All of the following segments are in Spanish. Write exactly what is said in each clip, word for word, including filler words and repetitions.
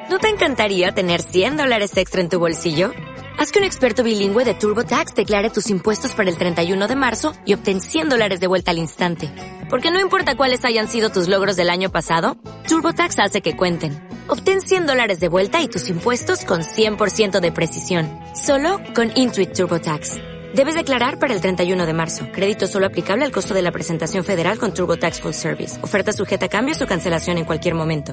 ¿No te encantaría tener cien dólares extra en tu bolsillo? Haz que un experto bilingüe de TurboTax declare tus impuestos para el treinta y uno de marzo y obtén cien dólares de vuelta al instante. Porque no importa cuáles hayan sido tus logros del año pasado, TurboTax hace que cuenten. Obtén cien dólares de vuelta y tus impuestos con cien por ciento de precisión. Solo con Intuit TurboTax. Debes declarar para el treinta y uno de marzo. Crédito solo aplicable al costo de la presentación federal con TurboTax Full Service. Oferta sujeta a cambios o cancelación en cualquier momento.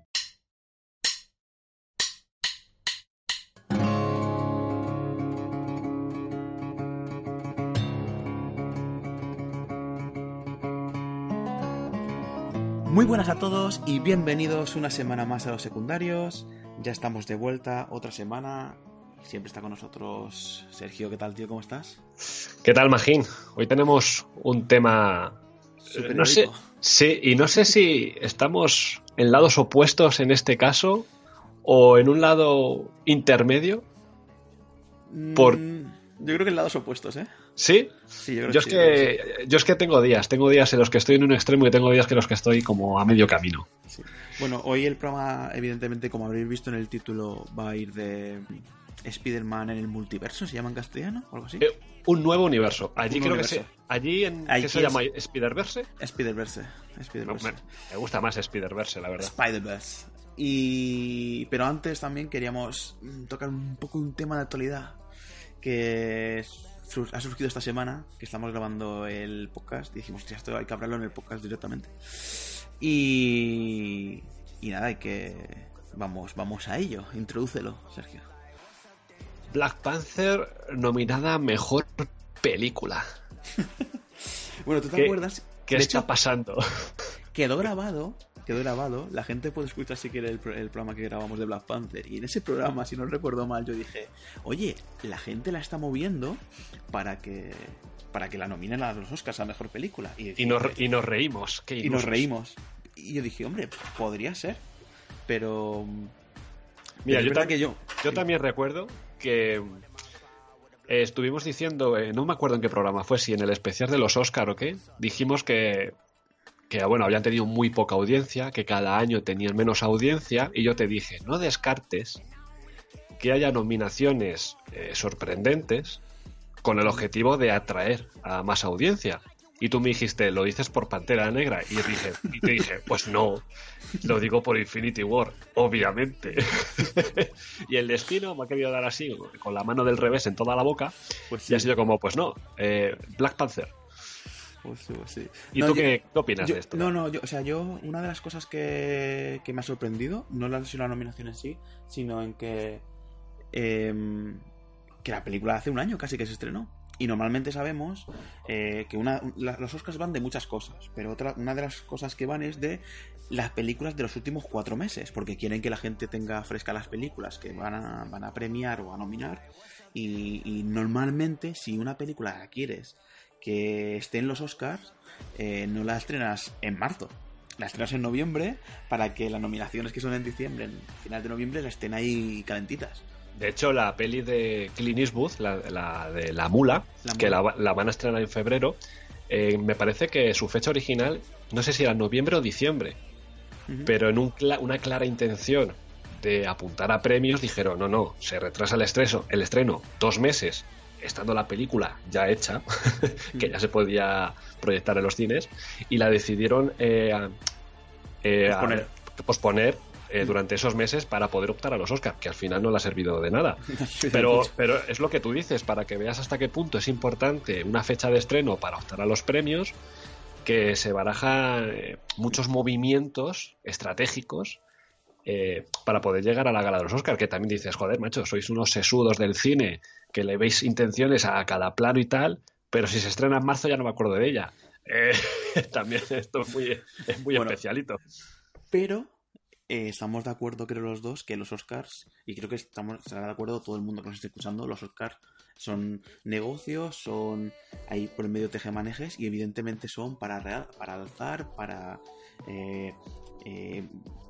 Muy buenas a todos y bienvenidos una semana más a Los Secundarios. Ya estamos de vuelta, otra semana. Siempre está con nosotros Sergio. ¿Qué tal, tío? ¿Cómo estás? ¿Qué tal, Magín? Hoy tenemos un tema... Súper no sé, sí, y no sé si estamos en lados opuestos en este caso o en un lado intermedio. Por... Mm, yo creo que en lados opuestos, ¿eh? ¿Sí? Sí, yo creo yo, que es sí, que, creo que sí. yo es que tengo días, tengo días en los que estoy en un extremo y tengo días en los que estoy como a medio camino. Sí. Bueno, hoy el programa, evidentemente, como habréis visto en el título, va a ir de Spider-Man en el multiverso, ¿se llama en castellano o algo así? Eh, un nuevo universo. Allí Un creo universo. que se... Allí en... Allí ¿Qué se es- llama? ¿Spider-Verse? Spider-Verse. Spider-Verse. Me, me gusta más Spider-Verse, la verdad. Spider-Verse. Y... Pero antes también queríamos tocar un poco un tema de actualidad que sur- ha surgido esta semana, que estamos grabando el podcast y dijimos, hostia, esto hay que hablarlo en el podcast directamente. Y... Y nada, hay que... Vamos, vamos a ello. Introdúcelo, Sergio. Black Panther nominada a Mejor Película. Bueno, ¿tú te ¿Qué, acuerdas? ¿Qué De está hecho, pasando? quedó grabado, quedó grabado, la gente puede escuchar si quiere el, pro- el programa que grabamos de Black Panther, y en ese programa, si no recuerdo mal, yo dije, oye, la gente la está moviendo para que para que la nominen a los Oscars a Mejor Película. Y, Y nos, y nos reímos. Qué y nos ilusos. reímos. Y yo dije, hombre, podría ser, pero... pero Mira, es yo, verdad tam- que yo... yo también recuerdo que eh, estuvimos diciendo, eh, no me acuerdo en qué programa fue, si en el especial de los Oscar o qué, dijimos que, que bueno, habían tenido muy poca audiencia, que cada año tenían menos audiencia, y yo te dije, no descartes que haya nominaciones eh, sorprendentes con el objetivo de atraer a más audiencia. Y tú me dijiste, lo dices por Pantera Negra. Y yo dije, y te dije, pues no, lo digo por Infinity War, obviamente. Y el destino me ha querido dar así, con la mano del revés en toda la boca, Pues sí, y ha sido como, pues no, eh, Black Panther. pues sí, pues sí. ¿Y No, tú yo- qué, qué opinas Yo- de esto? no, no, yo, o sea, yo, una de las cosas que, que me ha sorprendido, no la, la nominación en sí, sino en que, em, que la película hace un año casi que se estrenó. Y normalmente sabemos eh, que una, la- los Oscars van de muchas cosas, pero otra, una de las cosas que van es de las películas de los últimos cuatro meses, porque quieren que la gente tenga fresca las películas que van a, van a premiar o a nominar. Y, y normalmente, si una película la quieres que esté en los Oscars, eh, no la estrenas en marzo. La estrenas en noviembre para que las nominaciones que son en diciembre, en final de noviembre, la estén ahí calentitas. De hecho, la peli de Clint Eastwood, la, la de La Mula, La que Mula. la, va- la van a estrenar en febrero, eh, me parece que su fecha original, no sé si era noviembre o diciembre, Ujú. pero en un cla- una clara intención de apuntar a premios, dijeron, no, no, se retrasa el estreno, el estreno dos meses, estando la película ya hecha, que ya se podía proyectar en los cines, y la decidieron eh, a- eh, a- Posponer. posponer eh, durante esos meses para poder optar a los Oscars, que al final no le ha servido de nada. Pero, pero es lo que tú dices, para que veas hasta qué punto es importante una fecha de estreno para optar a los premios, que se barajan eh, muchos movimientos estratégicos eh, para poder llegar a la gala de los Oscars, que también dices, joder, macho, sois unos sesudos del cine, que le veis intenciones a cada plano y tal, pero si se estrena en marzo ya no me acuerdo de ella. Eh, también esto es muy, es muy Bueno. especialito. Pero eh, estamos de acuerdo, creo, los dos, que los Oscars, y creo que estamos estará de acuerdo todo el mundo que nos esté escuchando, los Oscars son negocios, son ahí por el medio tejemanejes, y evidentemente son para, real, para alzar, para eh, eh,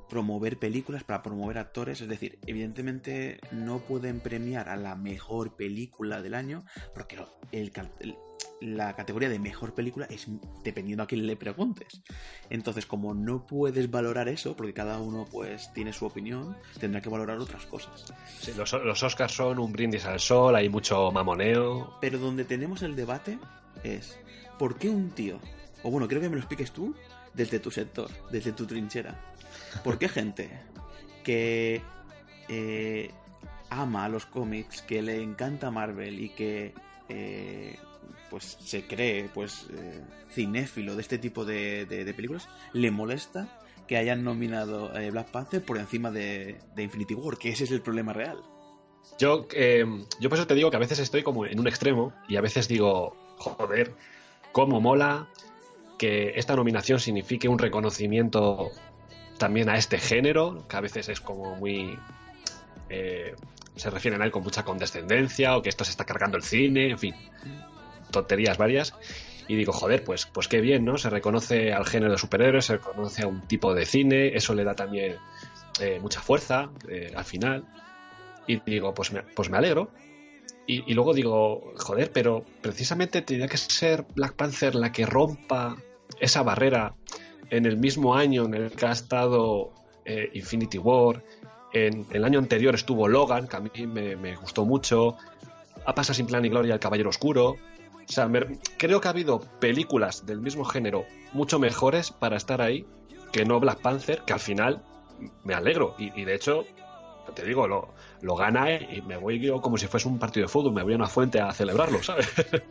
promover películas, para promover actores. Es decir, evidentemente no pueden premiar a la mejor película del año porque el, el, la categoría de mejor película es dependiendo a quién le preguntes. Entonces, como no puedes valorar eso, porque cada uno pues tiene su opinión, tendrá que valorar otras cosas. Sí, los, los Oscars son un brindis al sol, hay mucho mamoneo. Pero donde tenemos el debate es ¿por qué un tío? O bueno, creo que me lo expliques tú desde tu sector, desde tu trinchera. ¿Por qué gente que eh, ama a los cómics, que le encanta Marvel y que eh, pues se cree pues eh, cinéfilo de este tipo de, de, de películas, le molesta que hayan nominado eh, Black Panther por encima de, de Infinity War? Que ese es el problema real. Yo, eh, yo por eso te digo que a veces estoy como en un extremo y a veces digo, joder, cómo mola que esta nominación signifique un reconocimiento también a este género, que a veces es como muy... Eh, se refieren a él con mucha condescendencia, o que esto se está cargando el cine, en fin, tonterías varias. Y digo, joder, pues, pues qué bien, ¿no? Se reconoce al género de superhéroes, se reconoce a un tipo de cine, eso le da también eh, mucha fuerza eh, al final. Y digo, pues me, pues me alegro. Y, y luego digo, joder, pero precisamente tendría que ser Black Panther la que rompa esa barrera en el mismo año en el que ha estado eh, Infinity War. En, en el año anterior estuvo Logan, que a mí me, me gustó mucho. Ha pasado Sin Plan ni Gloria El Caballero Oscuro. O sea, me, creo que ha habido películas del mismo género mucho mejores para estar ahí que no Black Panther, que al final me alegro. Y, y de hecho, te digo, lo, lo gana y me voy yo como si fuese un partido de fútbol, me voy a una fuente a celebrarlo, ¿sabes?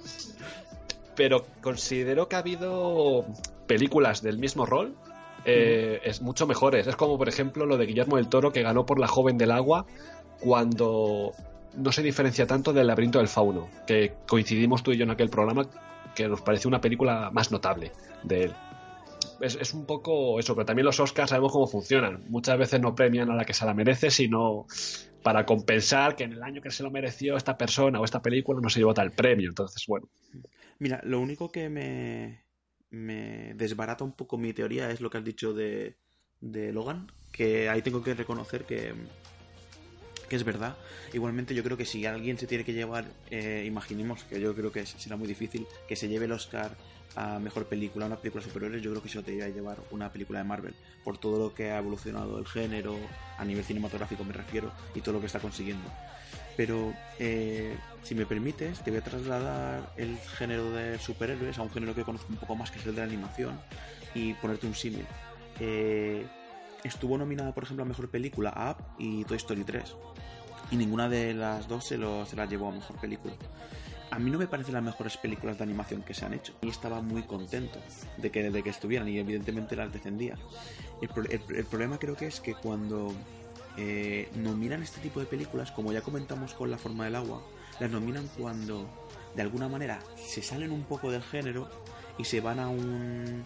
Pero considero que ha habido películas del mismo rol eh, es mucho mejores. Es como, por ejemplo, lo de Guillermo del Toro, que ganó por La Joven del Agua, cuando no se diferencia tanto del Laberinto del Fauno, que coincidimos tú y yo en aquel programa, que nos pareció una película más notable de él. Es, es un poco eso, pero también los Oscars sabemos cómo funcionan. Muchas veces no premian a la que se la merece, sino para compensar que en el año que se lo mereció esta persona o esta película no se llevó tal premio. Entonces, bueno. Mira, lo único que me, me desbarata un poco mi teoría es lo que has dicho de, de Logan, que ahí tengo que reconocer que, que es verdad. Igualmente yo creo que si alguien se tiene que llevar, eh, imaginemos que yo creo que será muy difícil que se lleve el Oscar a mejor película, una película superior, yo creo que se lo debería llevar una película de Marvel, por todo lo que ha evolucionado el género, a nivel cinematográfico me refiero, y todo lo que está consiguiendo. Pero eh, si me permites, te voy a trasladar el género de superhéroes a un género que conozco un poco más, que es el de la animación, y ponerte un símil. Eh, estuvo nominada, por ejemplo, a mejor película Up y Toy Story tres, y ninguna de las dos se, lo, se la llevó a mejor película. A mí no me parecen las mejores películas de animación que se han hecho, y estaba muy contento de que, de que estuvieran, y evidentemente las defendía. El, pro, el, el problema creo que es que cuando eh, nominan este tipo de películas, como ya comentamos con La Forma del Agua, las nominan cuando de alguna manera se salen un poco del género y se van a un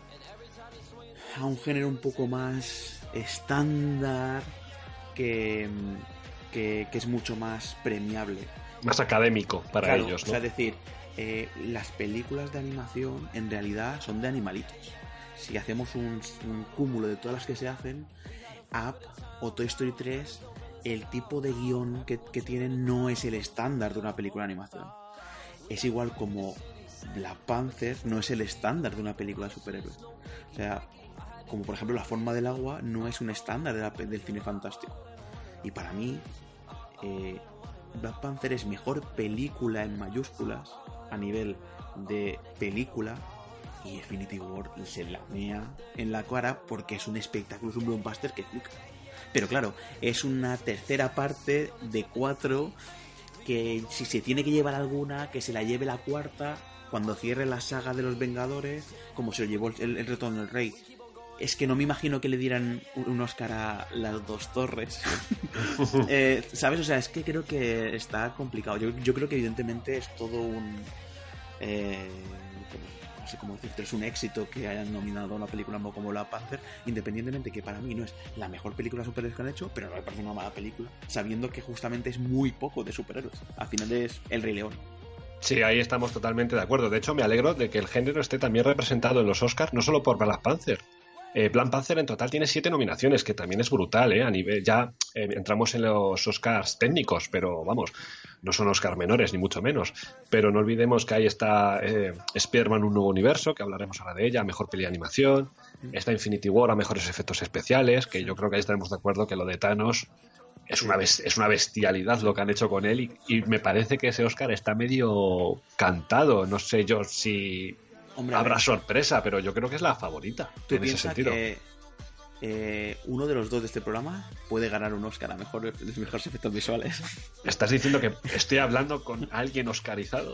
a un género un poco más estándar, que, que, que es mucho más premiable, más académico para claro, ellos, ¿no? O sea, es decir, eh, las películas de animación en realidad son de animalitos. Si hacemos un, un cúmulo de todas las que se hacen, Up o Toy Story tres, el tipo de guión que, que tienen no es el estándar de una película de animación. Es igual como Black Panther no es el estándar de una película de superhéroes. O sea, como por ejemplo La Forma del Agua no es un estándar de la, del cine fantástico. Y para mí, eh, Black Panther es mejor película en mayúsculas a nivel de película, y Infinity War se la mea en la cara porque es un espectáculo, es un blockbuster que flica. Pero claro, es una tercera parte de cuatro que si se tiene que llevar alguna, que se la lleve la cuarta cuando cierre la saga de los Vengadores, como se lo llevó el, el Retorno del Rey. Es que no me imagino que le dieran un Oscar a Las Dos Torres. eh, ¿Sabes? O sea, es que creo que está complicado. Yo, yo creo que evidentemente es todo un... Eh, no sé cómo decirte, es un éxito que hayan nominado una película como Black Panther, independientemente que para mí no es la mejor película de superhéroes que han hecho, pero no me parece una mala película, sabiendo que justamente es muy poco de superhéroes. Al final es El Rey León. Sí, ahí estamos totalmente de acuerdo. De hecho, me alegro de que el género esté también representado en los Oscars, no solo por Black Panther, Eh, Black Panther en total tiene siete nominaciones, que también es brutal, ¿eh? A nivel, ya eh, entramos en los Oscars técnicos, pero vamos, no son Oscars menores, ni mucho menos. Pero no olvidemos que ahí está eh, Spider-Man, un nuevo universo, que hablaremos ahora de ella, mejor peli de animación. Está Infinity War a mejores efectos especiales, que yo creo que ahí estaremos de acuerdo que lo de Thanos es una, bes- es una bestialidad lo que han hecho con él, y, y me parece que ese Oscar está medio cantado. No sé yo si... Hombre, habrá ver, sorpresa, pero yo creo que es la favorita tú en ese piensas sentido. que eh, uno de los dos de este programa puede ganar un Oscar a mejor, los mejores efectos visuales. ¿Estás diciendo que estoy hablando con alguien oscarizado?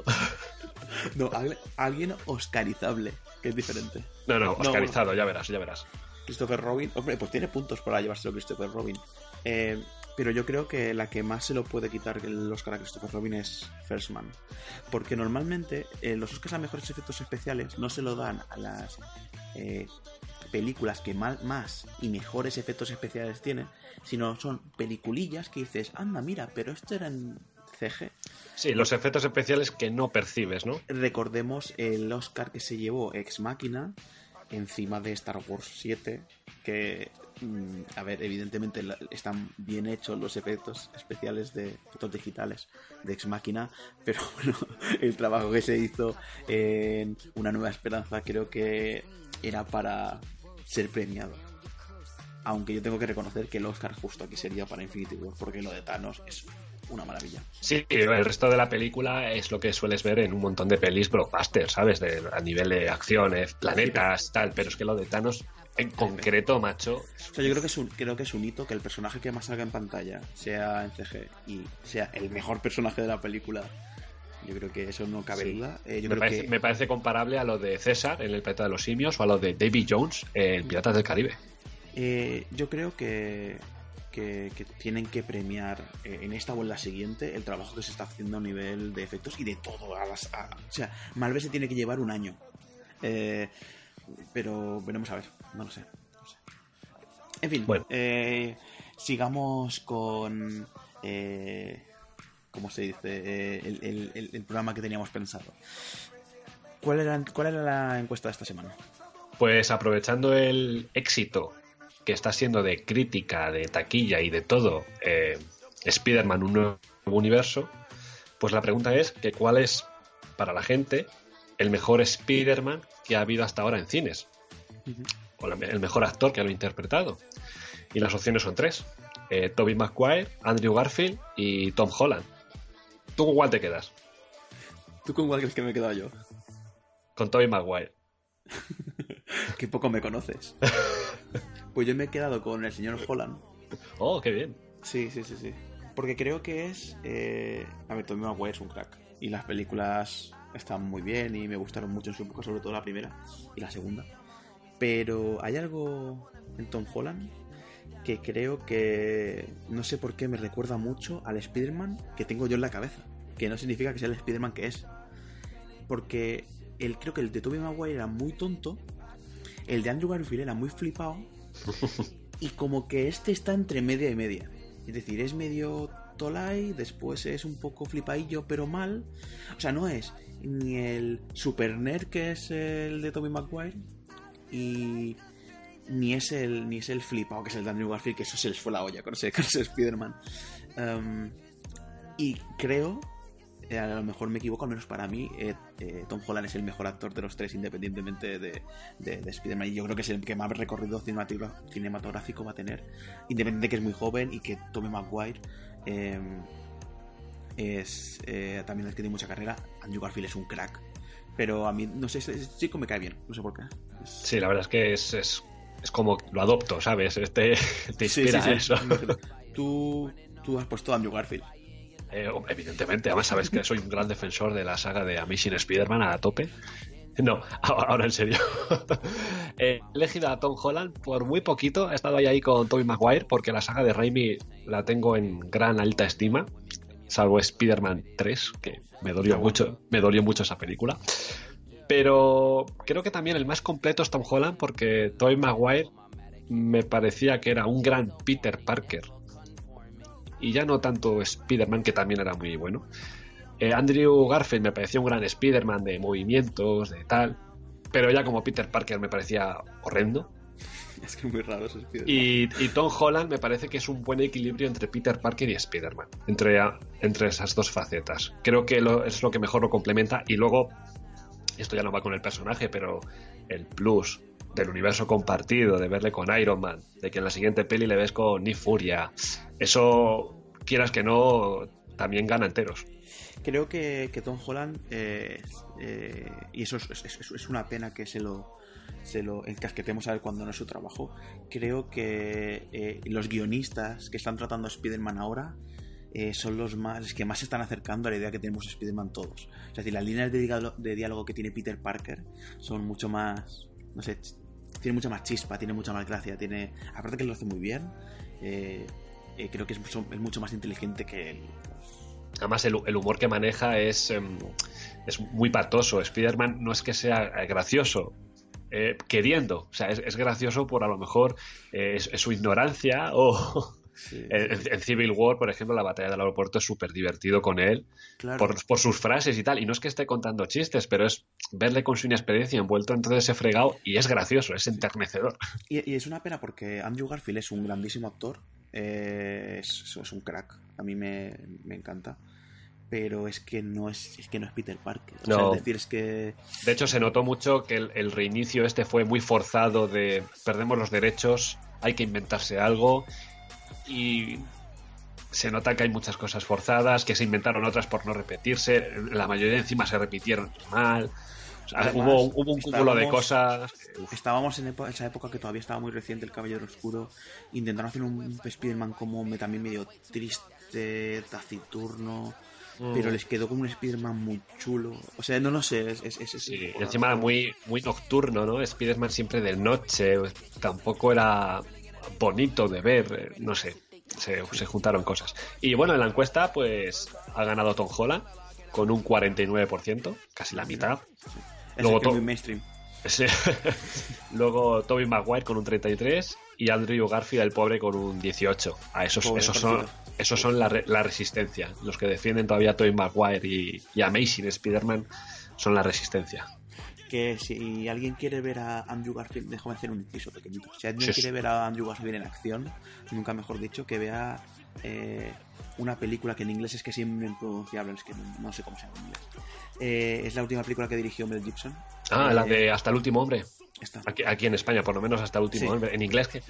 No, al- alguien oscarizable, que es diferente. No, no, oscarizado, bueno. ya verás, ya verás. Christopher Robin, hombre, pues tiene puntos para llevárselo Christopher Robin. Eh, pero yo creo que la que más se lo puede quitar el Oscar a Christopher Robin es First Man. Porque normalmente eh, los Oscars a mejores efectos especiales no se lo dan a las eh, películas que mal, más y mejores efectos especiales tienen, sino son peliculillas que dices, anda, mira, pero esto era en C G. Sí, los efectos especiales que no percibes, ¿no? Recordemos el Oscar que se llevó Ex Machina encima de Star Wars siete, que, mm, a ver, evidentemente la- están bien hechos los efectos especiales de efectos digitales de Ex Machina, pero bueno, el trabajo que se hizo en Una Nueva Esperanza creo que era para ser premiado. Aunque yo tengo que reconocer que el Oscar justo aquí sería para Infinity War, porque lo de Thanos es una maravilla. Sí, el resto de la película es lo que sueles ver en un montón de pelis blockbuster, ¿sabes? De, a nivel de acciones, planetas, tal, pero es que lo de Thanos en concreto, macho... O sea, yo creo que es un, creo que es un hito que el personaje que más salga en pantalla sea en C G y sea el mejor personaje de la película. Yo creo que eso no cabe Sí. duda. Eh, yo me, creo parece, que me parece comparable a lo de César en El planeta de los simios o a lo de Davy Jones en Piratas del Caribe. eh, yo creo que, que, que tienen que premiar eh, en esta o en la siguiente el trabajo que se está haciendo a nivel de efectos y de todo. A las, a- o sea, Marvel se tiene que llevar un año. Eh, pero veremos a ver. No lo sé. No sé. En fin, Bueno. eh, sigamos con... Eh, ¿Cómo se dice? Eh, el, el- el- el programa que teníamos pensado. ¿Cuál era, ¿Cuál era la encuesta de esta semana? Pues aprovechando el éxito que está siendo de crítica, de taquilla y de todo, eh, Spider-Man, un nuevo universo, pues la pregunta es que cuál es, para la gente, el mejor Spider-Man que ha habido hasta ahora en cines. Uh-huh. O la- el mejor actor que lo ha interpretado. Y las opciones son tres. Eh, Tobey Maguire, Andrew Garfield y Tom Holland. ¿Tú con cuál te quedas? ¿Tú con cuál crees que me he quedado yo? Con Tobey Maguire. Que poco me conoces. Pues yo me he quedado con el señor Holland. Oh, qué bien. Sí, sí, sí, sí. Porque creo que es... Eh... A ver, Tobey Maguire es un crack. Y las películas están muy bien y me gustaron mucho en su época, sobre todo la primera y la segunda. Pero hay algo en Tom Holland que creo que... No sé por qué me recuerda mucho al Spider-Man que tengo yo en la cabeza. Que no significa que sea el Spider-Man que es. Porque el, creo que el de Tobey Maguire era muy tonto. El de Andrew Garfield era muy flipado. Y como que este está entre media y media. Es decir, es medio tolai, después es un poco flipadillo, pero mal. O sea, no es ni el super nerd que es el de Tobey Maguire, y ni es el ni es el flipado que es el de Andrew Garfield, que eso se les fue la olla con ese, con ese Spider-Man. Um, y creo, eh, a lo mejor me equivoco, al menos para mí, eh, eh, Tom Holland es el mejor actor de los tres, independientemente de, de, de Spider-Man. Y yo creo que es el que más recorrido cinematográfico, cinematográfico va a tener, independientemente de que es muy joven y que Tobey Maguire eh, es eh, también el que tiene mucha carrera. Andrew Garfield es un crack. Pero a mí, no sé, este chico me cae bien, no sé por qué. Es... Sí, la verdad es que es, es, es como lo adopto, ¿sabes? Este te inspira sí, sí, sí. a eso. Tú, tú has puesto a Andrew Garfield. Eh, evidentemente, además sabes que soy un gran defensor de la saga de Amazing Spider-Man a tope. No, ahora en serio. He elegido a Tom Holland por muy poquito. He estado ahí, ahí con Tobey Maguire porque la saga de Raimi la tengo en gran alta estima, salvo Spider-Man tres, que me dolió mucho, me dolió mucho esa película. Pero creo que también el más completo es Tom Holland, porque Tobey Maguire me parecía que era un gran Peter Parker y ya no tanto Spider-Man, que también era muy bueno. eh, Andrew Garfield me parecía un gran Spider-Man de movimientos, de tal, pero ya como Peter Parker me parecía horrendo. Es que es muy raro ese Spider-Man. Y, y Tom Holland me parece que es un buen equilibrio entre Peter Parker y Spider-Man, entre, entre esas dos facetas. Creo que lo, es lo que mejor lo complementa. Y luego, esto ya no va con el personaje, pero el plus del universo compartido, de verle con Iron Man, de que en la siguiente peli le ves con Nick Furia, eso, quieras que no, también gana enteros. Creo que, que Tom Holland, eh, eh, y eso es, es, es una pena que se lo... se lo encasquetemos a ver cuando no es su trabajo. Creo que eh, los guionistas que están tratando a Spider-Man ahora eh, son los más que más se están acercando a la idea que tenemos de Spider-Man todos. Es decir, las líneas de diálogo, de diálogo que tiene Peter Parker son mucho más, no sé, tiene mucha más chispa, tiene mucha más gracia, tiene, aparte que lo hace muy bien, eh, eh, creo que es mucho, es mucho más inteligente que él. Además el, el humor que maneja es, um, es muy patoso. Spider-Man no es que sea gracioso, Eh, queriendo, o sea, es, es gracioso por a lo mejor eh, es, es su ignorancia o sí. en, en Civil War, por ejemplo, la batalla del aeropuerto es súper divertido con él, claro. por, por sus frases y tal, y no es que esté contando chistes, pero es verle con su inexperiencia envuelto en todo ese fregado y es gracioso, es enternecedor. Y, y es una pena porque Andrew Garfield es un grandísimo actor, eh, es, es un crack, a mí me, me encanta. Pero es que no es, es que no es Peter Parker. O no. sea, es decir, es que... De hecho, se notó mucho que el, el reinicio este fue muy forzado de perdemos los derechos, hay que inventarse algo, y se nota que hay muchas cosas forzadas, que se inventaron otras por no repetirse, la mayoría encima se repitieron mal. O sea, Además, hubo, hubo un cúmulo de cosas. Uf. Estábamos en epo- esa época que todavía estaba muy reciente el Caballero Oscuro. Intentaron hacer un Spider-Man como también medio triste, taciturno... Mm. Pero les quedó como un Spider-Man muy chulo. O sea, no lo sé. Es, es, es, sí, y encima muy, muy nocturno, ¿no? Spider-Man siempre de noche. Tampoco era bonito de ver. No sé. Se, se juntaron cosas. Y bueno, en la encuesta, pues ha ganado Tom Holland con un cuarenta y nueve por ciento, casi la mitad. Sí. Luego, es to- muy mainstream. Sí. Luego Tobey Maguire con un treinta y tres y Andrew Garfield, el pobre, con un dieciocho. A esos, pobre, esos son, esos son la, la resistencia. Los que defienden todavía a Tobey Maguire y, y Amazing Spider-Man son la resistencia. Que si alguien quiere ver a Andrew Garfield, déjame hacer un inciso pequeñito. Si alguien sí, quiere ver a Andrew Garfield en acción, nunca mejor dicho, que vea eh, una película que en inglés es que es impronunciable, es que no, no sé cómo se llama en inglés. Eh, es la última película que dirigió Mel Gibson. Ah, eh, la de Hasta el último hombre. Esta. Aquí, aquí en España, por lo menos Hasta el último sí. hombre. En inglés, que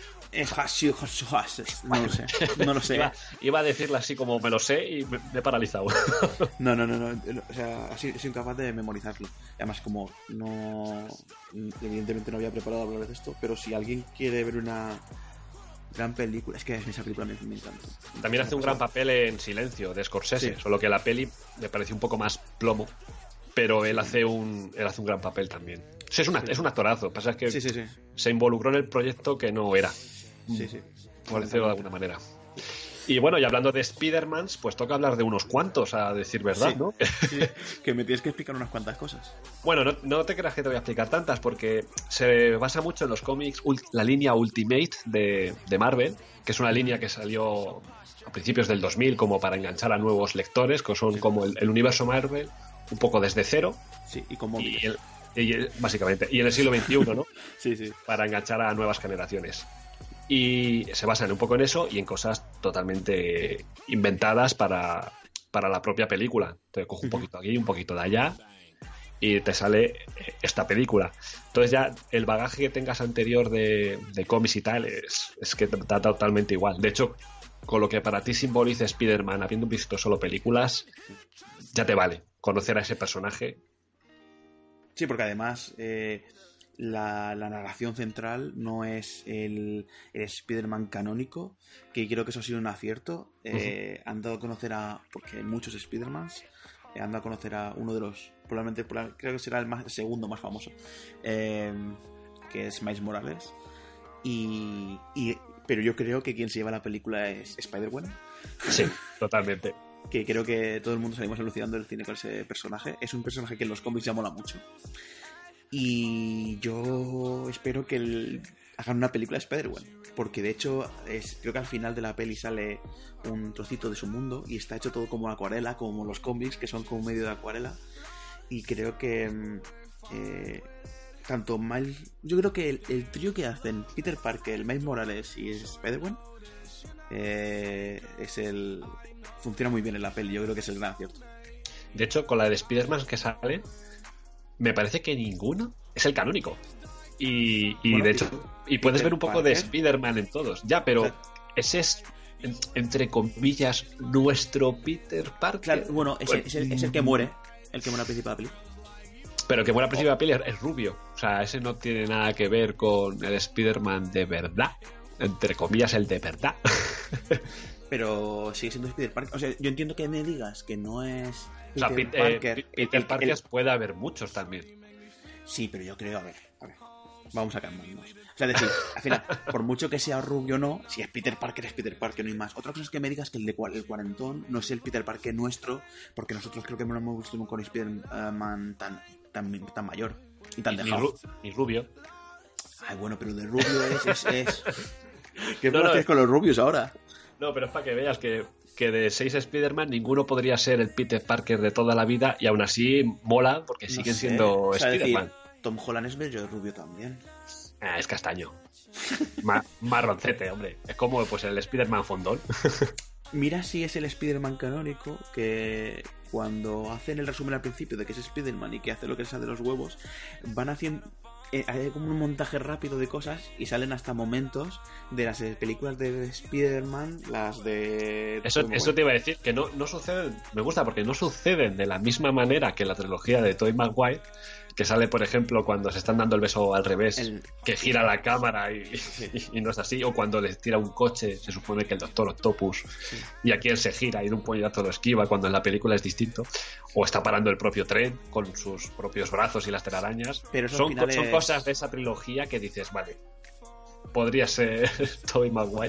no lo sé, no lo sé. Iba, iba a decirla así como me lo sé y me, me he paralizado. No, no, no, no. O sea, así soy incapaz de memorizarlo. Además, como no, evidentemente no había preparado hablar de esto, pero si alguien quiere ver una gran película, es que esa película me, me encanta. También hace un gran papel en Silencio de Scorsese, sí. Solo que la peli me pareció un poco más plomo, pero él hace un él hace un gran papel también. Sí, es, una, sí. es un actorazo, pasa es que sí, sí, sí. se involucró en el proyecto que no era, sí, sí. por decirlo de alguna manera. Y bueno, y hablando de Spider-Mans, pues toca hablar de unos cuantos, a decir verdad, sí, ¿no? Sí, que me tienes que explicar unas cuantas cosas. Bueno, no, no te creas que te voy a explicar tantas, porque se basa mucho en los cómics, la línea Ultimate de, de Marvel, que es una línea que salió a principios del dos mil como para enganchar a nuevos lectores, que son sí. como el, el universo Marvel, un poco desde cero. Sí, y como... Y el, y el, básicamente, y en el siglo veintiuno, ¿no? Sí, sí. Para enganchar a nuevas generaciones. Y se basan un poco en eso y en cosas totalmente inventadas para, para la propia película. Te cojo un poquito aquí, un poquito de allá y te sale esta película. Entonces ya el bagaje que tengas anterior de, de cómics y tal es, es que te da totalmente igual. De hecho, con lo que para ti simboliza Spider-Man, habiendo visto solo películas, ya te vale conocer a ese personaje. Sí, porque además... Eh... La, la narración central no es el, el Spider-Man canónico, que creo que eso ha sido un acierto. Eh, uh-huh. Han dado a conocer a, porque hay muchos Spider-Mans, eh, han dado a conocer a uno de los, probablemente creo que será el, más, el segundo más famoso, eh, que es Miles Morales. Y, y, pero yo creo que quien se lleva la película es Spider-Gwen. Sí, totalmente. Que creo que todo el mundo salimos alucinando del cine con ese personaje. Es un personaje que en los cómics ya mola mucho. Y yo espero que el, hagan una película de Spider-Man, porque de hecho es, creo que al final de la peli sale un trocito de su mundo y está hecho todo como acuarela, como los cómics que son como medio de acuarela, y creo que eh, tanto Miles... Yo creo que el, el trío que hacen Peter Parker, el Miles Morales y Spider-Man eh, es el... funciona muy bien en la peli. Yo creo que es el gran acierto. De hecho, con la de Spider-Man que sale, me parece que ninguno es el canónico. Y, y bueno, de hecho, y puedes Peter ver un poco Parker. de Spider-Man en todos. Ya, pero o sea, ese es, en, entre comillas, nuestro Peter Parker. Claro, bueno, es, pues, es, el, es el que muere. El que muere al principio de la peli. Pero el que muere al principio de la peli es, es rubio. O sea, ese no tiene nada que ver con el Spider-Man de verdad. Entre comillas, el de verdad. Pero sigue siendo Peter Parker. O sea, yo entiendo que me digas que no es Peter, o sea, Peter Peter Parker. Eh, Peter el, Parker el... puede haber muchos también. Sí, pero yo creo, a ver, a ver. Vamos a calmarnos. O sea, es decir, al final, por mucho que sea rubio o no, si es Peter Parker, es Peter Parker, no hay más. Otra cosa es que me digas que el de el cuarentón no es el Peter Parker nuestro, porque nosotros creo que no lo hemos visto con Spider-Man tan, tan, tan mayor y tan ni, dejado. Ni rubio. Ay, bueno, pero de rubio es... es, es... ¿Qué no, no, no, tienes con los rubios ahora? No, pero es para que veas que, que de seis Spider-Man ninguno podría ser el Peter Parker de toda la vida y aún así mola porque No siguen sé. siendo O sea, Spider-Man. decir, Tom Holland es bello de rubio también. Ah, es castaño. Ma- marroncete, hombre. Es como pues el Spider-Man fondón. Mira si es el Spider-Man canónico que cuando hacen el resumen al principio de que es Spider-Man y que hace lo que sale de los huevos, van haciendo... Eh, hay como un montaje rápido de cosas y salen hasta momentos de las eh, películas de Spider-Man, las de... Eso, eso te iba a decir, que no, no suceden, me gusta porque no suceden de la misma manera que la trilogía de Tobey Maguire, que sale, por ejemplo, cuando se están dando el beso al revés, el... que gira la cámara y, sí. y, y no es así, o cuando les tira un coche, se supone que el Doctor Octopus, sí. y aquí él se gira y de un puñetazo lo esquiva, cuando en la película es distinto, o está parando el propio tren con sus propios brazos y las telarañas. Pero son, finales... son cosas de esa trilogía que dices, vale, podría ser Tobey Maguire.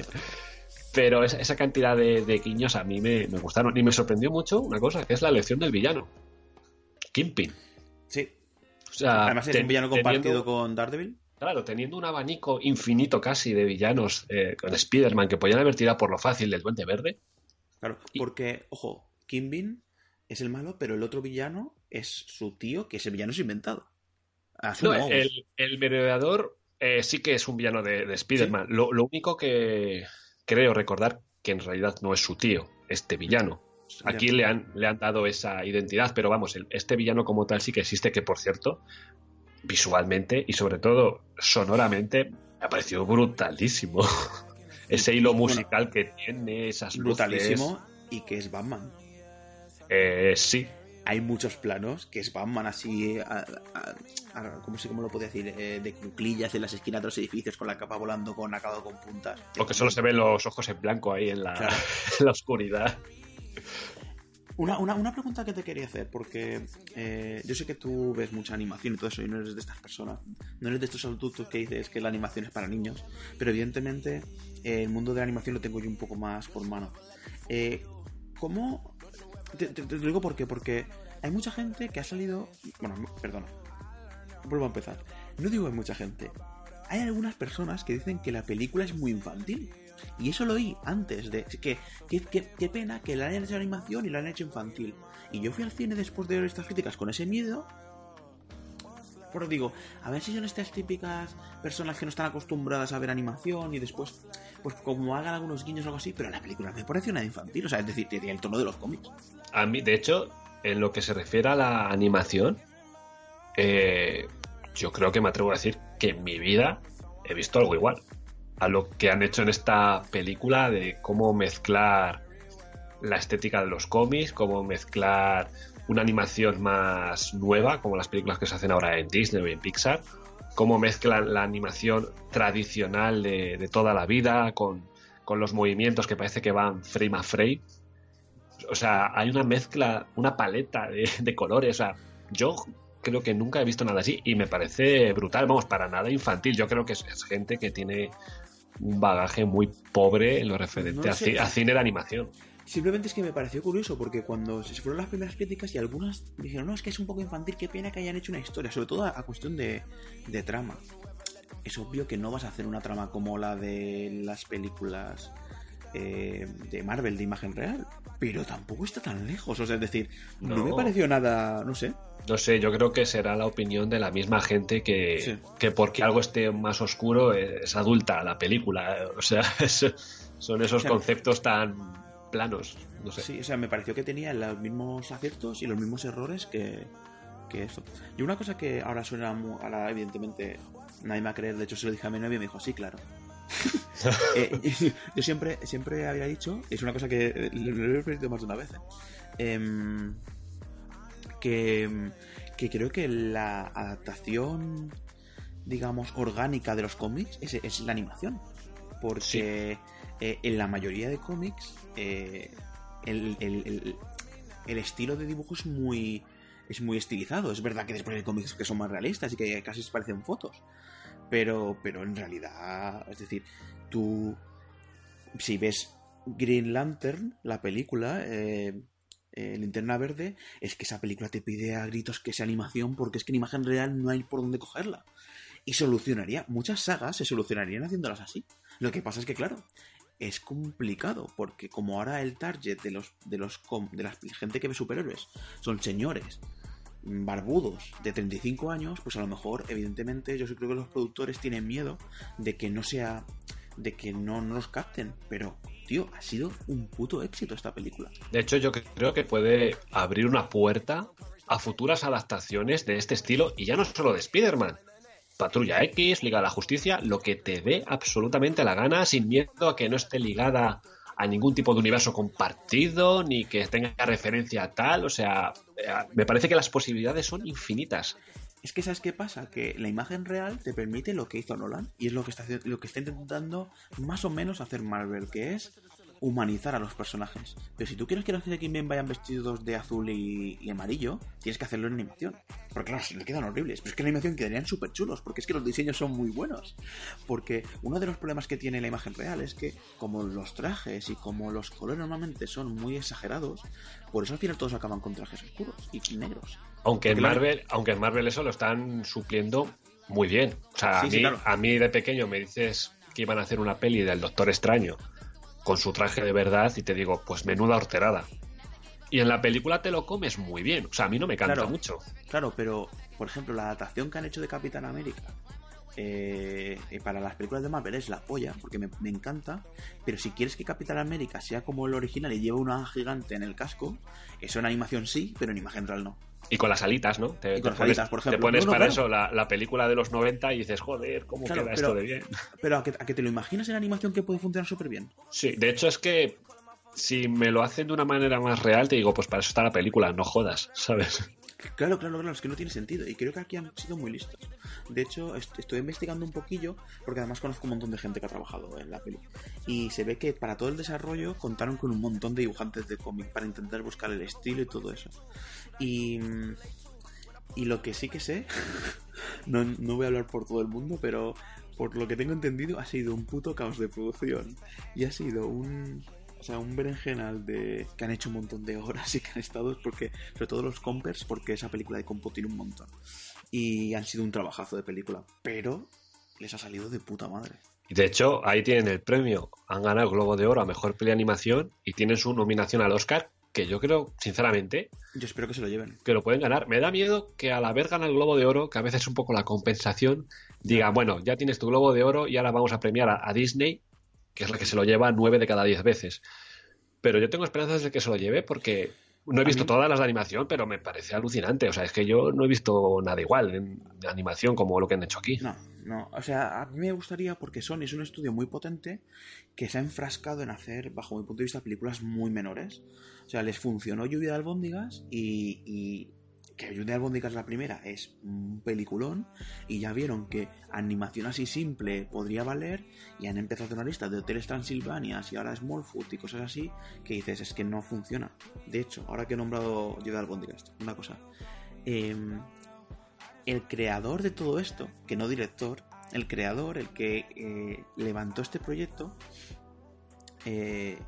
Pero esa, esa cantidad de, de guiños a mí me, me gustaron. Y me sorprendió mucho una cosa, que es la elección del villano. Kingpin. Sí. O sea, además es ten, un villano compartido teniendo, con Daredevil. Claro, teniendo un abanico infinito casi de villanos eh, con Spider-Man que podían haber tirado por lo fácil del Duende Verde. Claro, y... porque, ojo, Kingpin es el malo, pero el otro villano es su tío, que ese villano es inventado. No, el, el merodeador eh, sí que es un villano de, de Spider-Man. ¿Sí? Lo, lo único que creo recordar que en realidad no es su tío, este villano. Aquí le han, le han dado esa identidad, pero vamos, el, este villano como tal sí que existe, que por cierto, visualmente y sobre todo sonoramente, me ha parecido brutalísimo. Ese hilo musical bueno, que tiene, esas luces. Brutalísimo y que es Batman. Eh, sí. Hay muchos planos que es Batman así, a, a, a, ¿cómo sé cómo lo puedo decir? Eh, de cuclillas en las esquinas de los edificios con la capa volando con acabado con puntas. O que solo se ven los ojos en blanco ahí en la, claro. en la oscuridad. Una, una, una pregunta que te quería hacer, porque eh, yo sé que tú ves mucha animación y todo eso y no eres de estas personas, no eres de estos adultos que dices que la animación es para niños, pero evidentemente eh, el mundo de la animación lo tengo yo un poco más por mano. Eh, ¿Cómo...? Te, te, te lo digo por qué, porque hay mucha gente que ha salido... Bueno, perdona, vuelvo a empezar. No digo hay mucha gente, hay algunas personas que dicen que la película es muy infantil. Y eso lo oí antes de... Que, que, que, qué pena que la hayan hecho animación y la hayan hecho infantil. Y yo fui al cine después de ver estas críticas con ese miedo. Pero digo, a ver si son estas típicas personas que no están acostumbradas a ver animación y después, pues como hagan algunos guiños o algo así, pero la película me parece una infantil, o sea, es decir, tiene el tono de los cómics. A mí, de hecho, en lo que se refiere a la animación, eh, yo creo que me atrevo a decir que en mi vida he visto algo igual a lo que han hecho en esta película, de cómo mezclar la estética de los cómics, cómo mezclar una animación más nueva, como las películas que se hacen ahora en Disney o en Pixar, cómo mezclan la animación tradicional de, de toda la vida con, con los movimientos que parece que van frame a frame. O sea, hay una mezcla, una paleta de, de colores. O sea, yo creo que nunca he visto nada así y me parece brutal. Vamos, para nada infantil. Yo creo que es, es gente que tiene un bagaje muy pobre en lo referente no sé. a, a cine de animación. Simplemente es que me pareció curioso porque cuando se fueron las primeras críticas y algunas dijeron, no, es que es un poco infantil, qué pena que hayan hecho una historia, sobre todo a, a cuestión de, de trama. Es obvio que no vas a hacer una trama como la de las películas eh, de Marvel de imagen real, pero tampoco está tan lejos. O sea, es decir, no, No. me pareció nada, no sé. No sé, yo creo que será la opinión de la misma gente que, Sí. que porque algo esté más oscuro es adulta la película. O sea, es- son esos Claro. conceptos tan planos. No sé. Sí, o sea, me pareció que tenía los mismos aciertos y los mismos errores que, que eso. Y una cosa que ahora suena muy, ahora evidentemente nadie me va a creer, de hecho se lo dije a mi novia y me dijo, sí, claro. Eh, yo siempre, siempre había dicho, es una cosa que eh, lo lo he repetido más de una vez, eh, em, que, que creo que la adaptación, digamos, orgánica de los cómics es, es la animación. Porque eh, en la mayoría de cómics eh, el, el, el, el estilo de dibujo es muy es muy estilizado. Es verdad que después hay cómics que son más realistas y que casi se parecen fotos. Pero, pero en realidad, es decir, tú si ves Green Lantern, la película, eh, eh, Linterna Verde, es que esa película te pide a gritos que sea animación porque es que en imagen real no hay por dónde cogerla. Y solucionaría, muchas sagas se solucionarían haciéndolas así. Lo que pasa es que, claro, es complicado, porque como ahora el target de los de los de la gente que ve superhéroes son señores barbudos de treinta y cinco años, pues a lo mejor, evidentemente, yo creo que los productores tienen miedo de que no sea, de que no, no los capten, pero, tío, ha sido un puto éxito esta película. De hecho, yo creo que puede abrir una puerta a futuras adaptaciones de este estilo, y ya no solo de Spider-Man. Patrulla X, Liga de la Justicia, lo que te dé absolutamente la gana, sin miedo a que no esté ligada a ningún tipo de universo compartido, ni que tenga referencia a tal. O sea, me parece que las posibilidades son infinitas. Es que ¿sabes qué pasa? Que la imagen real te permite lo que hizo Nolan, y es lo que está, lo que está intentando más o menos hacer Marvel, que es humanizar a los personajes. Pero si tú quieres que los X-Men vayan vestidos de azul y, y amarillo, tienes que hacerlo en animación. Porque claro, se le quedan horribles. Pero es que en animación quedarían súper chulos, porque es que los diseños son muy buenos. Porque uno de los problemas que tiene la imagen real es que como los trajes y como los colores normalmente son muy exagerados, por eso al final todos acaban con trajes oscuros y negros. Aunque en la... Marvel, aunque en Marvel eso lo están supliendo muy bien. O sea, sí, a, sí, mí, claro. a mí de pequeño me dices que iban a hacer una peli del Doctor Extraño con su traje de verdad y te digo, pues menuda horterada. Y en la película te lo comes muy bien. O sea, a mí no me canta claro, mucho. Claro, pero, por ejemplo, la adaptación que han hecho de Capitán América eh, para las películas de Marvel es la polla, porque me, me encanta. Pero si quieres que Capitán América sea como el original y lleve una gigante en el casco, eso en animación sí, pero en imagen real no. Y con las alitas, ¿no? Te, y con te las pones, alitas, por ejemplo. Te pones no, no, para claro. eso la, la película de los noventa y dices, joder, ¿cómo claro, queda pero, esto de bien? Pero a que, a que te lo imaginas en animación que puede funcionar súper bien. Sí, de hecho es que si me lo hacen de una manera más real, te digo, pues para eso está la película, no jodas, ¿sabes? Claro, claro, claro, es que no tiene sentido. Y creo que aquí han sido muy listos. De hecho, est- estoy investigando un poquillo, porque además conozco un montón de gente que ha trabajado en la peli. Y se ve que para todo el desarrollo contaron con un montón de dibujantes de cómic para intentar buscar el estilo y todo eso. Y, y lo que sí que sé, no, no voy a hablar por todo el mundo, pero por lo que tengo entendido ha sido un puto caos de producción. Y ha sido un... O sea, un berenjenal de que han hecho un montón de horas y que han estado, porque sobre todo los compers, porque esa película de compo tiene un montón. Y han sido un trabajazo de película, pero les ha salido de puta madre. Y de hecho, ahí tienen el premio. Han ganado el Globo de Oro a Mejor Peli de Animación y tienen su nominación al Oscar, que yo creo, sinceramente, Yo espero que se lo lleven. que lo pueden ganar. Me da miedo que al haber ganado el Globo de Oro, que a veces es un poco la compensación, digan, bueno, ya tienes tu Globo de Oro y ahora vamos a premiar a, a Disney, que es la que se lo lleva nueve de cada diez veces. Pero yo tengo esperanzas de que se lo lleve porque no he visto todas las de animación, pero me parece alucinante. O sea, es que yo no he visto nada igual en animación como lo que han hecho aquí. No, no. O sea, a mí me gustaría porque Sony es un estudio muy potente que se ha enfrascado en hacer, bajo mi punto de vista, películas muy menores. O sea, les funcionó Lluvia de Albóndigas y... y... que Lluvia de Albóndigas la primera es un peliculón y ya vieron que animación así simple podría valer y han empezado a hacer una lista de hoteles Transilvanias y ahora Smallfoot y cosas así que dices, es que no funciona. De hecho, ahora que he nombrado Lluvia de Albóndigas, una cosa, eh, el creador de todo esto, que no director, el creador, el que eh, levantó este proyecto eh,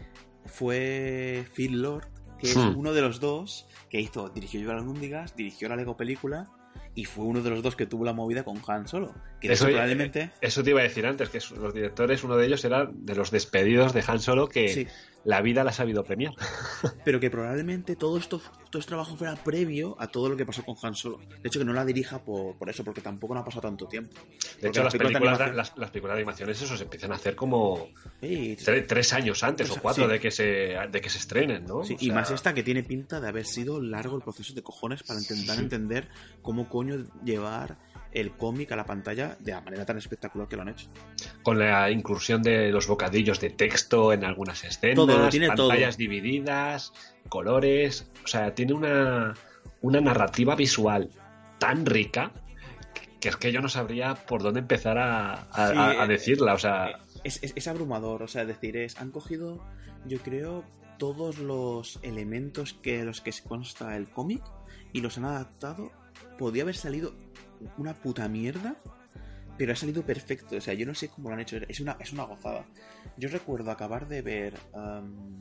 fue Phil Lord, que es Hmm. uno de los dos que hizo, dirigió Lluvia de Albóndigas, dirigió la Lego película y fue uno de los dos que tuvo la movida con Han Solo, Que de eso, hecho, probablemente... eso te iba a decir antes, que los directores, uno de ellos era de los despedidos de Han Solo, que sí. La vida la ha sabido premiar. Pero que probablemente todo esto, todo este trabajo fuera previo a todo lo que pasó con Han Solo. De hecho, que no la dirija por, por eso, porque tampoco no ha pasado tanto tiempo. De hecho, las películas, de las, las películas de animaciones eso se empiezan a hacer como sí, tres, tres años antes tres, o cuatro sí. de, que se, de que se estrenen, ¿no? Sí, o y sea... más esta que tiene pinta de haber sido largo el proceso de cojones para intentar sí. entender cómo coño llevar el cómic a la pantalla de la manera tan espectacular que lo han hecho. Con la inclusión de los bocadillos de texto en algunas escenas, todo, lo tiene pantallas todo. divididas, colores, o sea, tiene una, una narrativa visual tan rica que es que yo no sabría por dónde empezar a, a, sí, a, a decirla, o sea... Es, es, es abrumador, o sea, es decir, es, han cogido, yo creo, todos los elementos que los que se consta el cómic y los han adaptado. Podía haber salido una puta mierda, pero ha salido perfecto. O sea, yo no sé cómo lo han hecho. Es una, es una gozada. Yo recuerdo acabar de ver um,